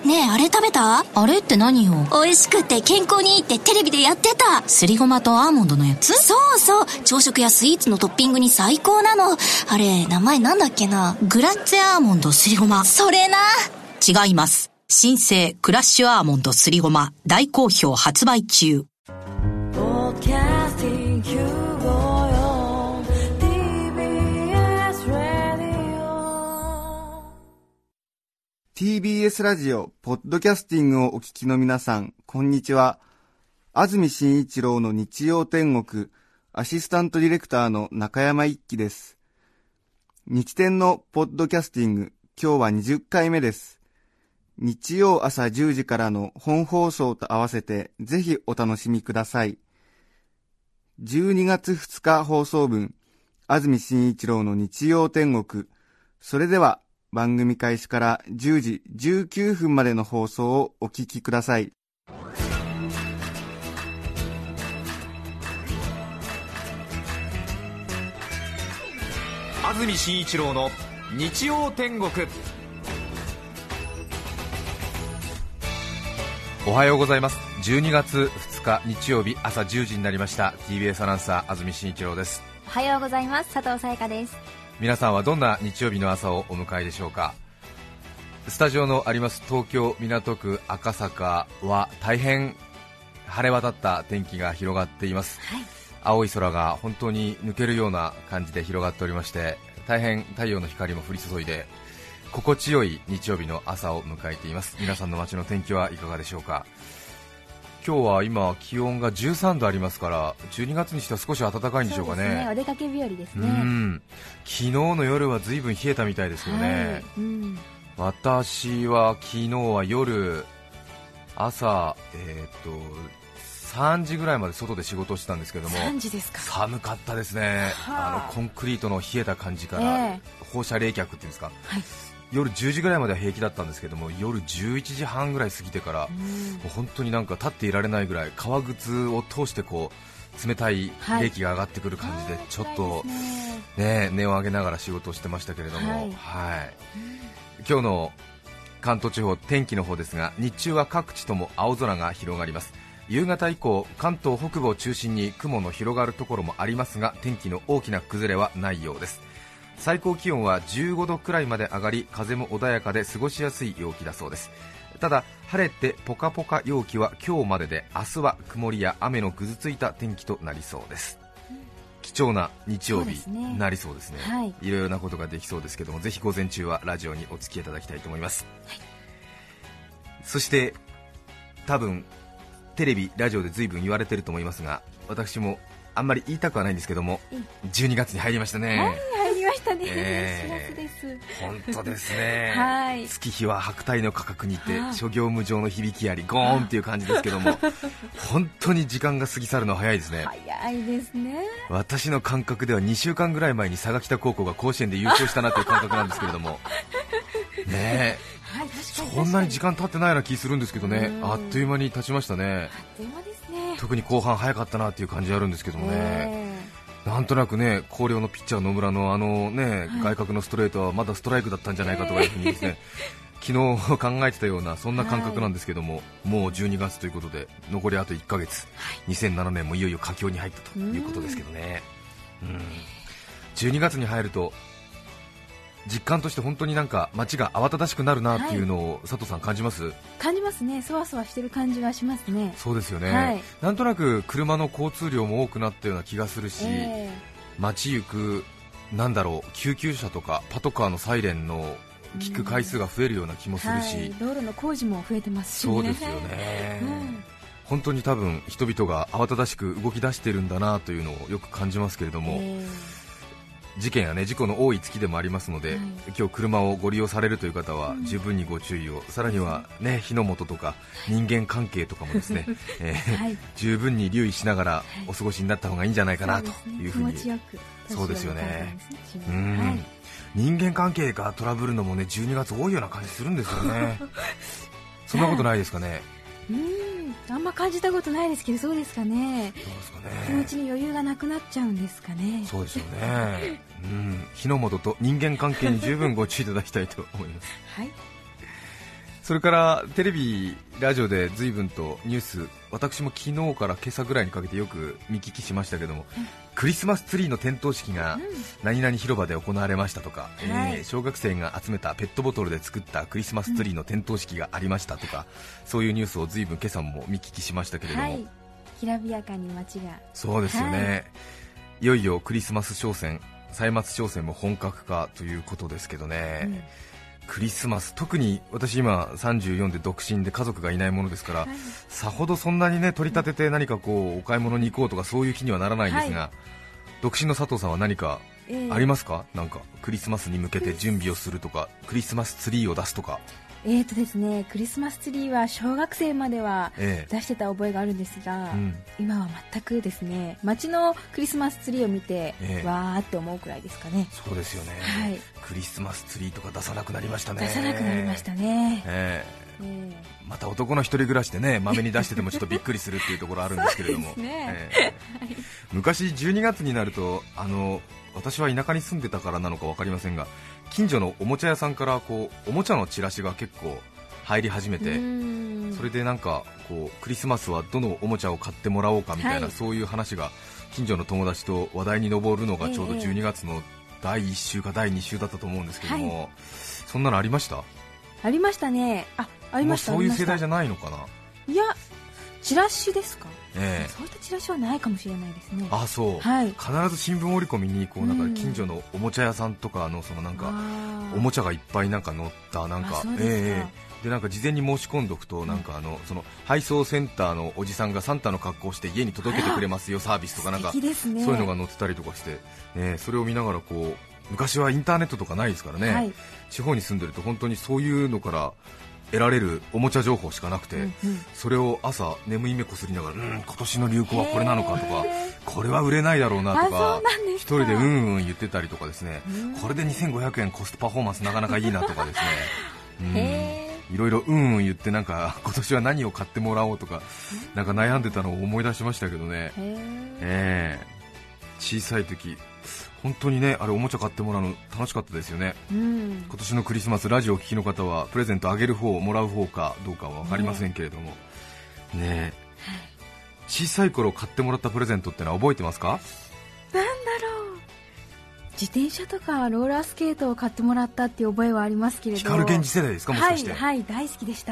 ねえ、あれ食べた？ あれって何よ？ 美味しくて健康にいいってテレビでやってた。 すりごまとアーモンドのやつ？ そうそう、朝食やスイーツのトッピングに最高なの。あれ、名前なんだっけな。 グラッツェアーモンドすりごま。 それな。 違います。新生クラッシュアーモンドすりごま、大好評発売中。 TBS ラジオポッドキャスティングをお聞きの皆さん、こんにちは。安住紳一郎の日曜天国、アシスタントディレクターの中山一輝です。日天のポッドキャスティング、今日は20回目です。日曜朝10時からの本放送と合わせてぜひお楽しみください。12月2日放送分、安住紳一郎の日曜天国。それでは番組開始から10時19分までの放送をお聞きください。 安住紳一郎の日曜天国。おはようございます。12月2日日曜日朝10時になりました。 TBS アナウンサー安住紳一郎です。 おはようございます。佐藤さやかです。 皆さんはどんな日曜日の朝をお迎えでしょうか。スタジオのあります東京港区赤坂は大変晴れ渡った天気が広がっています、はい、青い空が本当に抜けるような感じで広がっておりまして、大変太陽の光も降り注いで心地よい日曜日の朝を迎えています。皆さんの街の天気はいかがでしょうか。今日は今気温が13度ありますから、12月にしては少し暖かいんでしょうかね。 そうですね、お出かけ日和ですね。 昨日の夜は随分冷えたみたいですけどね、はい、私は昨日は夜朝、3時ぐらいまで外で仕事をしてたんですけども、 3時ですか。 寒かったですね。コンクリートの冷えた感じから、放射冷却っていうんですか、はい、夜10時ぐらいまでは平気だったんですけども、夜11時半ぐらい過ぎてからもう本当になんか立っていられないぐらい、革靴を通してこう冷たい冷気が上がってくる感じで、ちょっと、ね、音を上げながら仕事をしてましたけれども、今日の関東地方天気の方ですが、日中は各地とも青空が広がります。夕方以降、関東北部を中心に雲の広がるところもありますが、天気の大きな崩れはないようです。最高気温は15度くらいまで上がり、風も穏やかで過ごしやすい陽気だそうです。ただ晴れてポカポカ陽気は今日までで、明日は曇りや雨のぐずついた天気となりそうです。貴重な日曜日になりそうですね。いろいろなことができそうですけども、ぜひ午前中はラジオにお付き合いいただきたいと思います、はい、そして多分テレビラジオで随分言われてると思いますが、私もあんまり言いたくはないんですけども、12月に入りましたね。 はい、入りましたね。4月です。 本当ですね、 はい、 月日は白帯の価格にて諸行無常の響きありゴーンっていう感じですけども本当に時間が過ぎ去るのは早いですね。 早いですね。 私の感覚では2週間ぐらい前に佐賀北高校が甲子園で優勝したなという感覚なんですけれどもねえ、はい、そんなに時間経ってないような気するんですけどね、あっという間に経ちましたね。 あっという間ですね。 特に後半早かったなという感じあるんですけどもね、なんとなくね、広陵のピッチャー野村の外角のストレートはまだストライクだったんじゃないかとかいうふうにですね、昨日考えてたようなそんな感覚なんですけども、もう12月ということで残りあと1ヶ月、2007年もいよいよ佳境に入ったということですけどね。12月に入ると実感として本当になんか街が慌ただしくなるなっていうのを、佐藤さん感じます？ 感じますね。そわそわしてる感じはしますね。 そうですよね、なんとなく車の交通量も多くなったような気がするし、街行く救急車とかパトカーのサイレンの聞く回数が増えるような気もするし、 道路の工事も増えてますしね。 そうですよね、本当に多分人々が慌ただしく動き出しているんだなというのをよく感じますけれども、事件や、事故の多い月でもありますので、今日車をご利用されるという方は十分にご注意を、さらには、火の元とか人間関係とかもですね、十分に留意しながらお過ごしになった方がいいんじゃないかなというふうに、 気持ちよく、 そうですよね、人間関係がトラブルのもね、12月多いような感じするんですよねそんなことないですかね。 あんま感じたことないですけど、そうですかね。気持ちに余裕がなくなっちゃうんですかね。 そうですよね火の元と人間関係に十分ご注意いただきたいと思います、 それからテレビラジオで随分とニュース、私も昨日から今朝ぐらいにかけてよく見聞きしましたけども、クリスマスツリーの点灯式が何々広場で行われましたとか、小学生が集めたペットボトルで作ったクリスマスツリーの点灯式がありましたとか、そういうニュースを随分今朝も見聞きしましたけれども、 きらびやかに街が。 そうですよね、いよいよクリスマス商戦、歳末商戦も本格化ということですけどね、クリスマス、特に私今34で独身で家族がいないものですから、さほどそんなにね取り立てて何かこうお買い物に行こうとかそういう気にはならないんですが、独身の佐藤さんは何かありますか、なんかクリスマスに向けて準備をするとか、クリスマスツリーを出すとか。 ですね、クリスマスツリーは小学生までは出してた覚えがあるんですが、今は全くですね、街のクリスマスツリーを見て、わーって思うくらいですかね。 そうですよね、クリスマスツリーとか出さなくなりましたね。 出さなくなりましたね、 また男の一人暮らしでね、まめに出しててもちょっとびっくりするっていうところあるんですけれども、昔12月になると私は田舎に住んでたからなのか分かりませんが、近所のおもちゃ屋さんからこうおもちゃのチラシが結構入り始めて、それでなんかこうクリスマスはどのおもちゃを買ってもらおうかみたいな、そういう話が近所の友達と話題に上るのがちょうど12月の第1週か第2週だったと思うんですけども、そんなのありました？ ありましたね。ありました。 もうそういう世代じゃないのかな。 いや、チラシですか、そういったチラシはないかもしれないですね。 あ、そう、必ず新聞折り込みにこうなんか近所のおもちゃ屋さんとかのそのなんかおもちゃがいっぱいなんか載ったなんか、でなんか事前に申し込んどくと、なんかその配送センターのおじさんがサンタの格好をして家に届けてくれますよサービスとか、なんかそういうのが載ってたりとかして、それを見ながらこう、昔はインターネットとかないですからね、地方に住んでると本当にそういうのから得られるおもちゃ情報しかなくて、それを朝眠い目こすりながら、今年の流行はこれなのかとか、これは売れないだろうなとか一人で言ってたりとかですね、これで2500円コストパフォーマンスなかなかいいなとかですね、いろいろ言ってなんか今年は何を買ってもらおうとかなんか悩んでたのを思い出しましたけどね、小さい時本当にね、あれおもちゃ買ってもらうの楽しかったですよね、今年のクリスマスラジオを聴きの方はプレゼントあげる方もらう方かどうかは分かりませんけれどもね、小さい頃買ってもらったプレゼントってのは覚えてますか？ なんだろう、自転車とかローラースケートを買ってもらったっていう覚えはありますけれど、 光源氏世代ですか、もしかして？ はい、大好きでした。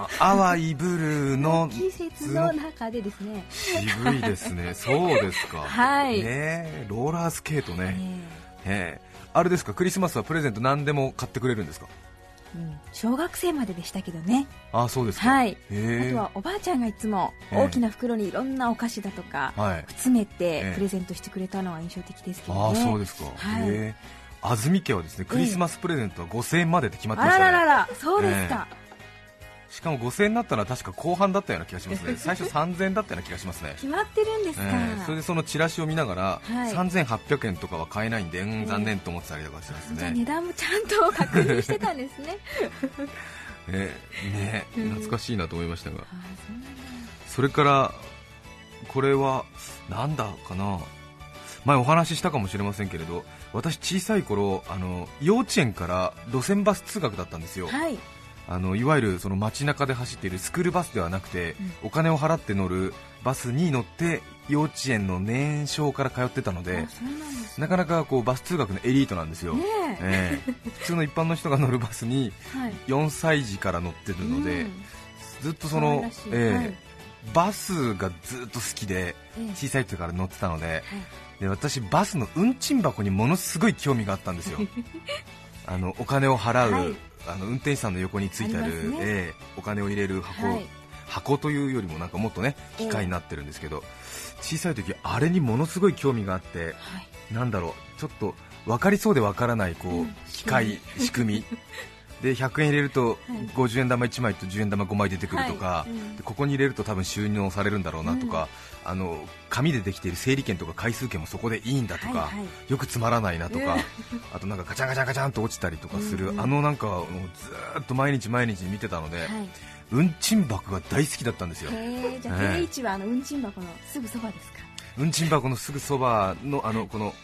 淡いブルーの季節の中でですね、 渋いですねそうですか、ローラースケートね、あれですか、クリスマスはプレゼント何でも買ってくれるんですか？ 小学生まででしたけどね。 そうですか。あとはおばあちゃんがいつも大きな袋にいろんなお菓子だとか詰めてプレゼントしてくれたのは印象的ですけどね。 そうですか。安住家はですね、クリスマスプレゼントは5000円までって決まってましたね。 あら、そうですか。 しかも5000円になったのは確か後半だったような気がしますね最初3000円だったような気がしますね。 決まってるんですか。 それでそのチラシを見ながら、3800円とかは買えないんで、残念と思ってたりとかしてますね。 じゃあ値段もちゃんと確認してたんですね懐かしいなと思いましたが、それからこれはなんだかな、前お話ししたかもしれませんけれど、私小さい頃幼稚園から路線バス通学だったんですよ。いわゆるその街中で走っているスクールバスではなくて、お金を払って乗るバスに乗って幼稚園の年少から通ってたので、なかなかこうバス通学のエリートなんですよ、普通の一般の人が乗るバスに4歳児から乗ってるので、ずっとその、バスがずっと好きで、小さい時から乗ってたので、私バスの運賃箱にものすごい興味があったんですよお金を払う、運転手さんの横についてある、お金を入れる箱というよりもなんかもっとね機械になってるんですけど、小さい時あれにものすごい興味があって、なんだろう、ちょっと分かりそうで分からないこう、機械仕組みで100円入れると50円玉1枚と10円玉5枚出てくるとか、でここに入れると多分収納されるんだろうなとか、紙でできている整理券とか回数券もそこでいいんだとか、よくつまらないなとか、あとなんかガチャンガチャンガチャンと落ちたりとかする、なんかもうずっと毎日見てたので、運賃箱が大好きだったんですよ。 じゃあ定位置は運賃箱のすぐそばですか？ 運賃箱のすぐそばのこの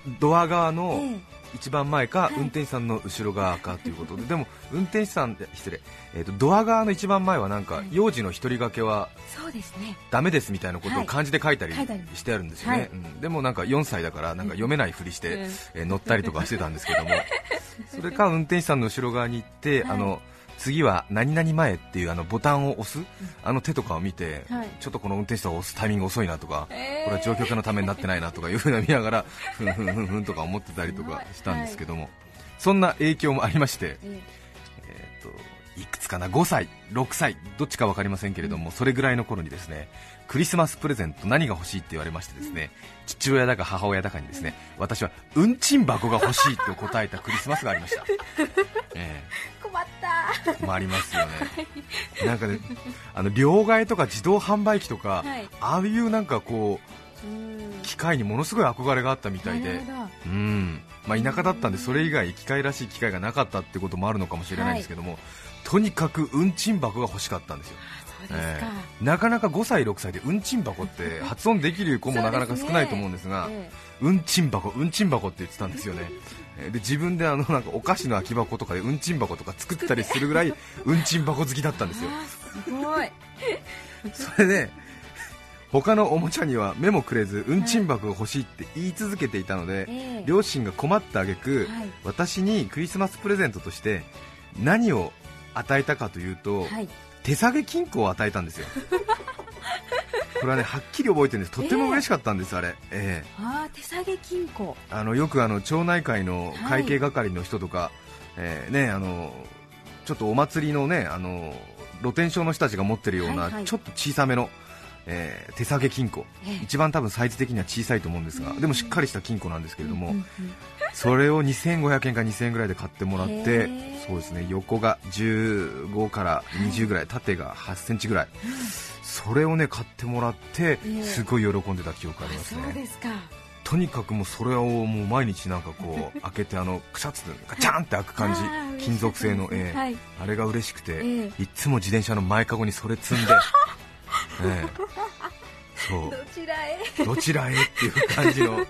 ドア側の一番前か、運転手さんの後ろ側かということで、でも運転手さん失礼、ドア側の一番前はなんか幼児の一人掛けはダメですみたいなことを漢字で書いたりしてあるんですよね、でもなんか4歳だからなんか読めないふりして、乗ったりとかしてたんですけどもそれか運転手さんの後ろ側に行って、次は何々前っていうボタンを押す手とかを見て、ちょっとこの運転手さんを押すタイミング遅いなとか、これは状況下のためになってないなとかいうふうな見ながらふんふんふんふんとか思ってたりとかしたんですけども、そんな影響もありまして、いくつかな、5歳、6歳どっちか分かりませんけれども、それぐらいの頃にですね、クリスマスプレゼント何が欲しいって言われましてですね、父親だか母親だかにですね、私はうんちん箱が欲しいと答えたクリスマスがありました。 困った困りますよね、なんかね、両替とか自動販売機とか、ああいうなんかこう機械にものすごい憧れがあったみたいで、田舎だったんでそれ以外機械らしい機械がなかったってこともあるのかもしれないんですけども、とにかくうんちん箱が欲しかったんですよ。なかなか5歳6歳でうんちん箱って発音できる子もなかなか少ないと思うんですが、うんちん箱うんちん箱って言ってたんですよね。で自分でなんかお菓子の空き箱とかでうんちん箱とか作ったりするぐらいうんちん箱好きだったんですよ。 すごいそれで他のおもちゃには目もくれずうんちん箱が欲しいって言い続けていたので、両親が困った挙句、私にクリスマスプレゼントとして何を与えたかというと、手提げ金庫を与えたんですよ。これはね、はっきり覚えてるんです。とっても嬉しかったんです、あれ。 手提げ金庫、 よく町内会の会計係の人とか、ちょっとお祭りのね、露天商の人たちが持ってるような、ちょっと小さめの、手提げ金庫、一番多分サイズ的には小さいと思うんですが、でもしっかりした金庫なんですけれども、それを2500円か2000円ぐらいで買ってもらって、そうですね、横が15から20ぐらい、縦が8センチぐらい、それをね買ってもらってすごい喜んでた記憶ありますね。 そうですか。 とにかくもうそれをもう毎日なんかこう開けてクシャッとガチャンって開く感じ、金属製の、あれが嬉しくて、いつも自転車の前かごにそれ積んで、そうどちらへっていう感じの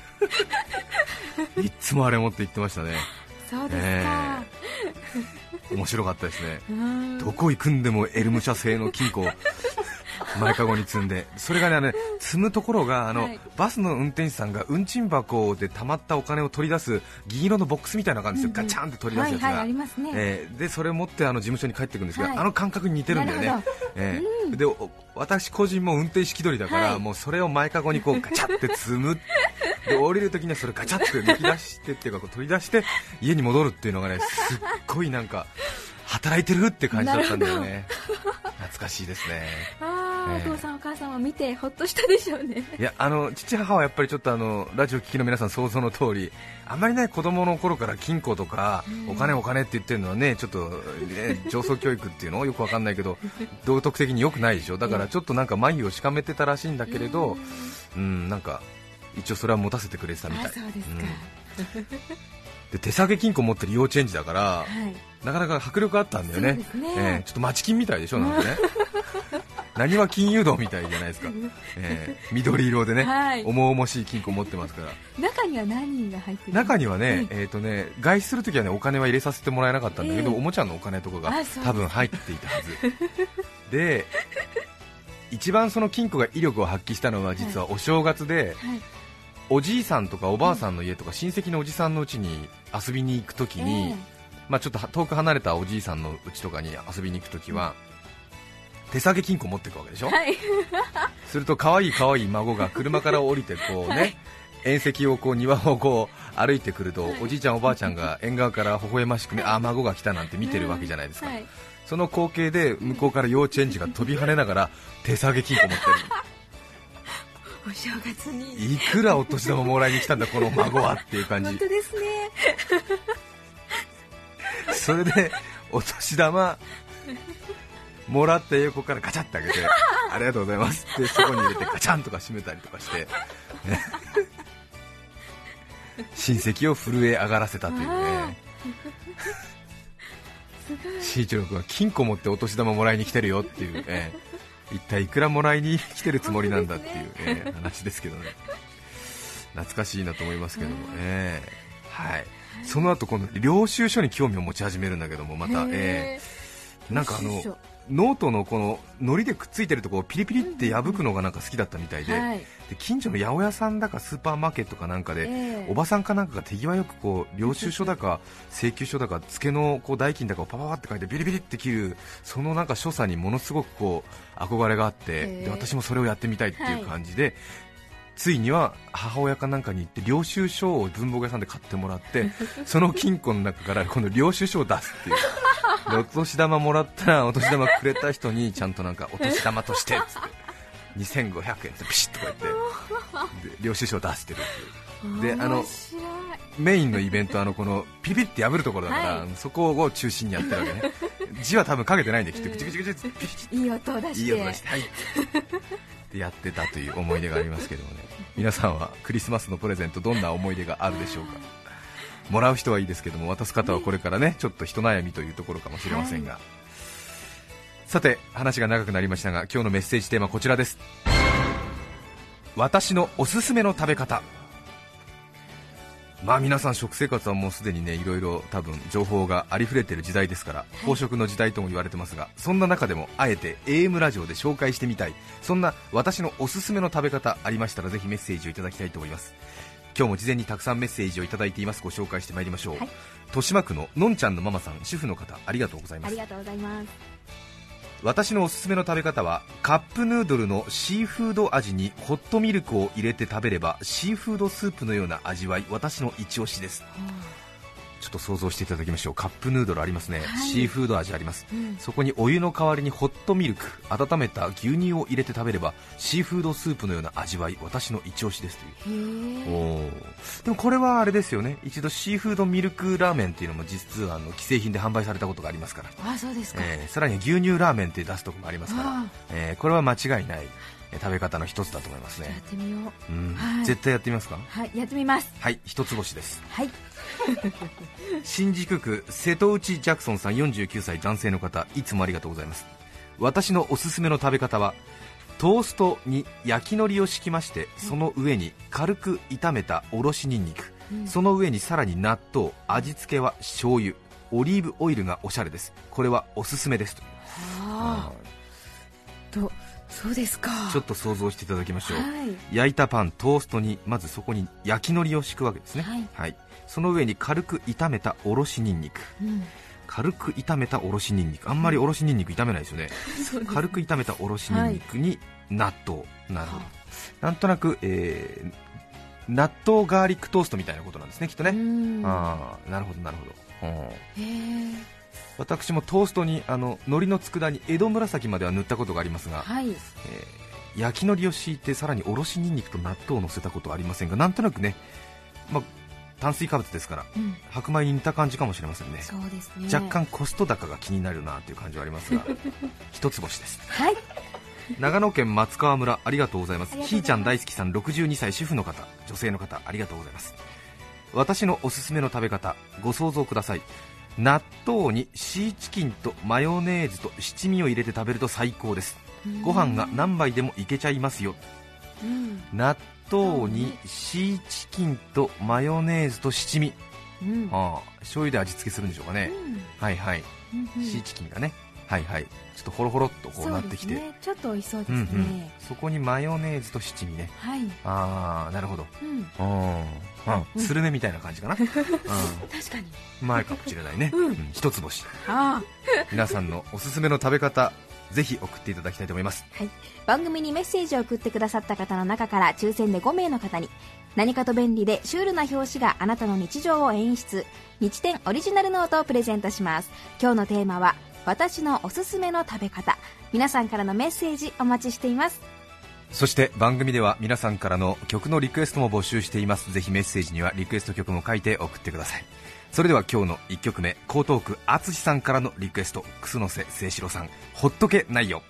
いつもあれ持って行ってましたね。 そうですか、 面白かったですね。どこ行くんでもエルム社製の金庫を前かごに積んで、それがね、積むところがバスの運転手さんが運賃箱で貯まったお金を取り出す銀色のボックスみたいな感じですよ、ガチャンって取り出すやつが、でそれを持って事務所に帰ってくるんですが、あの感覚に似てるんだよね。で私個人も運転式取りだから、もうそれを前かごにこうガチャって積むで降りるときにはそれガチャって抜き出してっていうかこう取り出して家に戻るっていうのがね、すっごいなんか働いてるって感じだったんだよね。懐かしいですね。 お父さんお母さんは見てほっとしたでしょうね。 いや、父母はやっぱりちょっとラジオ聞きの皆さん想像の通り、あんまりね子供の頃から金庫とかお金お金って言ってるのはね、ちょっと、上層教育っていうのよくわかんないけど道徳的に良くないでしょ。だからちょっとなんか眉をしかめてたらしいんだけれど、なんか一応それは持たせてくれてたみたい。 そうですか。 で手提げ金庫持ってる幼稚園児だから、なかなか迫力あったんだよね。ちょっと町金みたいでしょ、なんかね。何は金融道みたいじゃないですか。緑色でね、重々しい金庫持ってますから。 中には何が入ってる？ 中にはね、外出するときはねお金は入れさせてもらえなかったんだけど、おもちゃのお金とかが多分入っていたはずで、一番その金庫が威力を発揮したのは実はお正月で、おじいさんとかおばあさんの家とか親戚のおじさんの家に遊びに行くときに、ちょっと遠く離れたおじいさんの家とかに遊びに行くときは、手提げ金庫持っていくわけでしょ、すると可愛い孫が車から降りてこうね、縁石をこう庭をこう歩いてくると、おじいちゃんおばあちゃんが縁側から微笑ましくね、孫が来たなんて見てるわけじゃないですか。その光景で向こうから幼稚園児が飛び跳ねながら手提げ金庫持ってる。 お正月にいくらお年玉もらいに来たんだこの孫はっていう感じ。 本当ですね。 それでお年玉もらった横からガチャってあげてありがとうございますってそこに入れてガチャンとか閉めたりとかして親戚を震え上がらせたというね。し一郎君は金庫持ってお年玉もらいに来てるよっていう、一体いくらもらいに来てるつもりなんだっていう、話ですけどね。 懐かしいなと思いますけども、はい、その後この領収書に興味を持ち始めるんだけども、また、なんかノートのこの糊でくっついてるところをピリピリって破くのがなんか好きだったみたいで、で近所の八百屋さんだかスーパーマーケットかなんかで、おばさんかなんかが手際よくこう領収書だか請求書だか付けのこう代金だかをパパパって書いてビリビリって切る、そのなんか所作にものすごくこう憧れがあって、で私もそれをやってみたいっていう感じで、ついには母親かなんかに行って領収書を文房具屋さんで買ってもらってその金庫の中からこの領収書を出すっていうでお年玉もらったらお年玉くれた人にちゃんとなんかお年玉としてっつって2500円ってピシッとこうやってで領収書を出してるっていう。でメインのイベントはこのピピって破るところだから、そこを中心にやってるわけね。字は多分かけてないんで、きっとグチグチグチってピチッいい音を出してはいでやってたという思い出がありますけどもね。皆さんはクリスマスのプレゼントどんな思い出があるでしょうか。もらう人はいいですけども、渡す方はこれからねちょっと人悩みというところかもしれませんが、さて話が長くなりましたが、今日のメッセージテーマこちらです。私のおすすめの食べ方。皆さん食生活はもうすでにねいろいろ多分情報がありふれている時代ですから、飽食の時代とも言われてますが、そんな中でもあえて AM ラジオで紹介してみたい、そんな私のおすすめの食べ方ありましたらぜひメッセージをいただきたいと思います。今日も事前にたくさんメッセージをいただいています。ご紹介してまいりましょう。豊島区ののんちゃんのママさん、主婦の方、ありがとうございます。 ありがとうございます。 私のおすすめの食べ方はカップヌードルのシーフード味にホットミルクを入れて食べればシーフードスープのような味わい、私の一押しです。ちょっと想像していただきましょう。カップヌードルありますね、シーフード味あります、そこにお湯の代わりにホットミルク、温めた牛乳を入れて食べればシーフードスープのような味わい、私の一押しですという。でもこれはあれですよね、一度シーフードミルクラーメンっていうのも実は既製品で販売されたことがありますから。 あ、そうですか。 さらに牛乳ラーメンって出すところもありますから、これは間違いない食べ方の一つだと思いますね。 やってみよう、絶対やってみますか。 はい、やってみます。 はい、一つ星です。 はい新宿区瀬戸内ジャクソンさん、49歳男性の方、いつもありがとうございます。私のおすすめの食べ方はトーストに焼き海苔を敷きまして、その上に軽く炒めたおろしにんにく、その上にさらに納豆、味付けは醤油、オリーブオイルがおしゃれです。これはおすすめですと。 そうですか。 ちょっと想像していただきましょう、焼いたパン、トーストにまずそこに焼き海苔を敷くわけですね、その上に軽く炒めたおろしにんにく、軽く炒めたおろしにんにく、あんまりおろしにんにく炒めないですよね軽く炒めたおろしにんにくに納豆、なるほど、なんとなく、納豆ガーリックトーストみたいなことなんですね、きっとね。なるほどなるほど。私もトーストに海苔の佃煮、江戸紫までは塗ったことがありますが、焼き海苔を敷いてさらにおろしにんにくと納豆を乗せたことはありませんが、なんとなくね、炭水化物ですから、白米に似た感じかもしれませんね。 そうですね。 若干コスト高が気になるなという感じはありますが一つ星です。長野県松川村、ありがとうございます。ひーちゃん大好きさん、62歳主婦の方、女性の方、ありがとうございます。私のおすすめの食べ方、ご想像ください。納豆にシーチキンとマヨネーズと七味を入れて食べると最高です。ご飯が何杯でもいけちゃいますよ。納豆にシーチキンとマヨネーズと七味、醤油で味付けするんでしょうかね、はいはい、シーチキンがね、はいはい、ちょっとホロホロっとこうなってきて、 ちょっと美味しそうですね、 そこにマヨネーズと七味ね、なるほど、スルメみたいな感じかな、確かにうまいかもしれないね、一つ星。皆さんのおすすめの食べ方、ぜひ送っていただきたいと思います。 番組にメッセージを送ってくださった方の中から抽選で5名の方に、何かと便利でシュールな表紙があなたの日常を演出、日展オリジナルノートをプレゼントします。今日のテーマは私のおすすめの食べ方。皆さんからのメッセージお待ちしています。 そして番組では皆さんからの曲のリクエストも募集しています。ぜひメッセージにはリクエスト曲も書いて送ってください。それでは今日の1曲目、江東区淳さんからのリクエスト、楠瀬誠志郎さん、ほっとけないよ。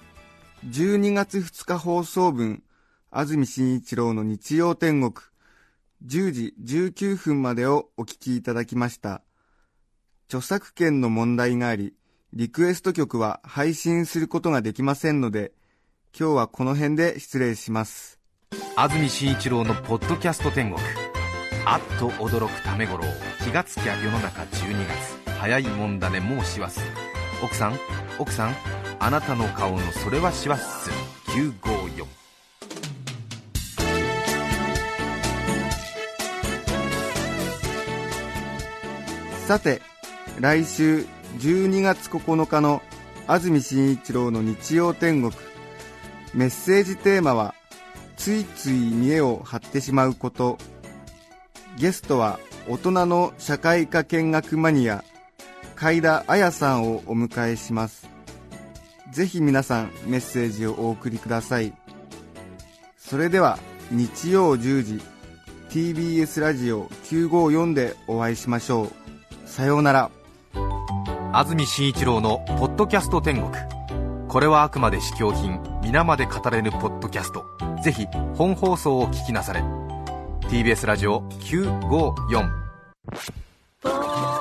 12月2日放送分、安住紳一郎の日曜天国、10時19分までをお聞きいただきました。著作権の問題があり、リクエスト曲は配信することができませんので、今日はこの辺で失礼します。 安住紳一郎のポッドキャスト天国。あっと驚くためごろう、気がつきゃ世の中12月。早いもんだね、もう師走。奥さん、あなたの顔のそれは師走954。 さて、来週12月9日の安住紳一郎の日曜天国、メッセージテーマはついつい見栄を張ってしまうこと。ゲストは大人の社会科見学マニア海田彩さんをお迎えします。ぜひ皆さんメッセージをお送りください。それでは日曜10時 TBS ラジオ954でお会いしましょう。さようなら。 安住紳一郎のポッドキャスト天国。これはあくまで試供品、皆まで語れぬポッドキャスト。ぜひ本放送を聞きなされ。 TBS ラジオ954。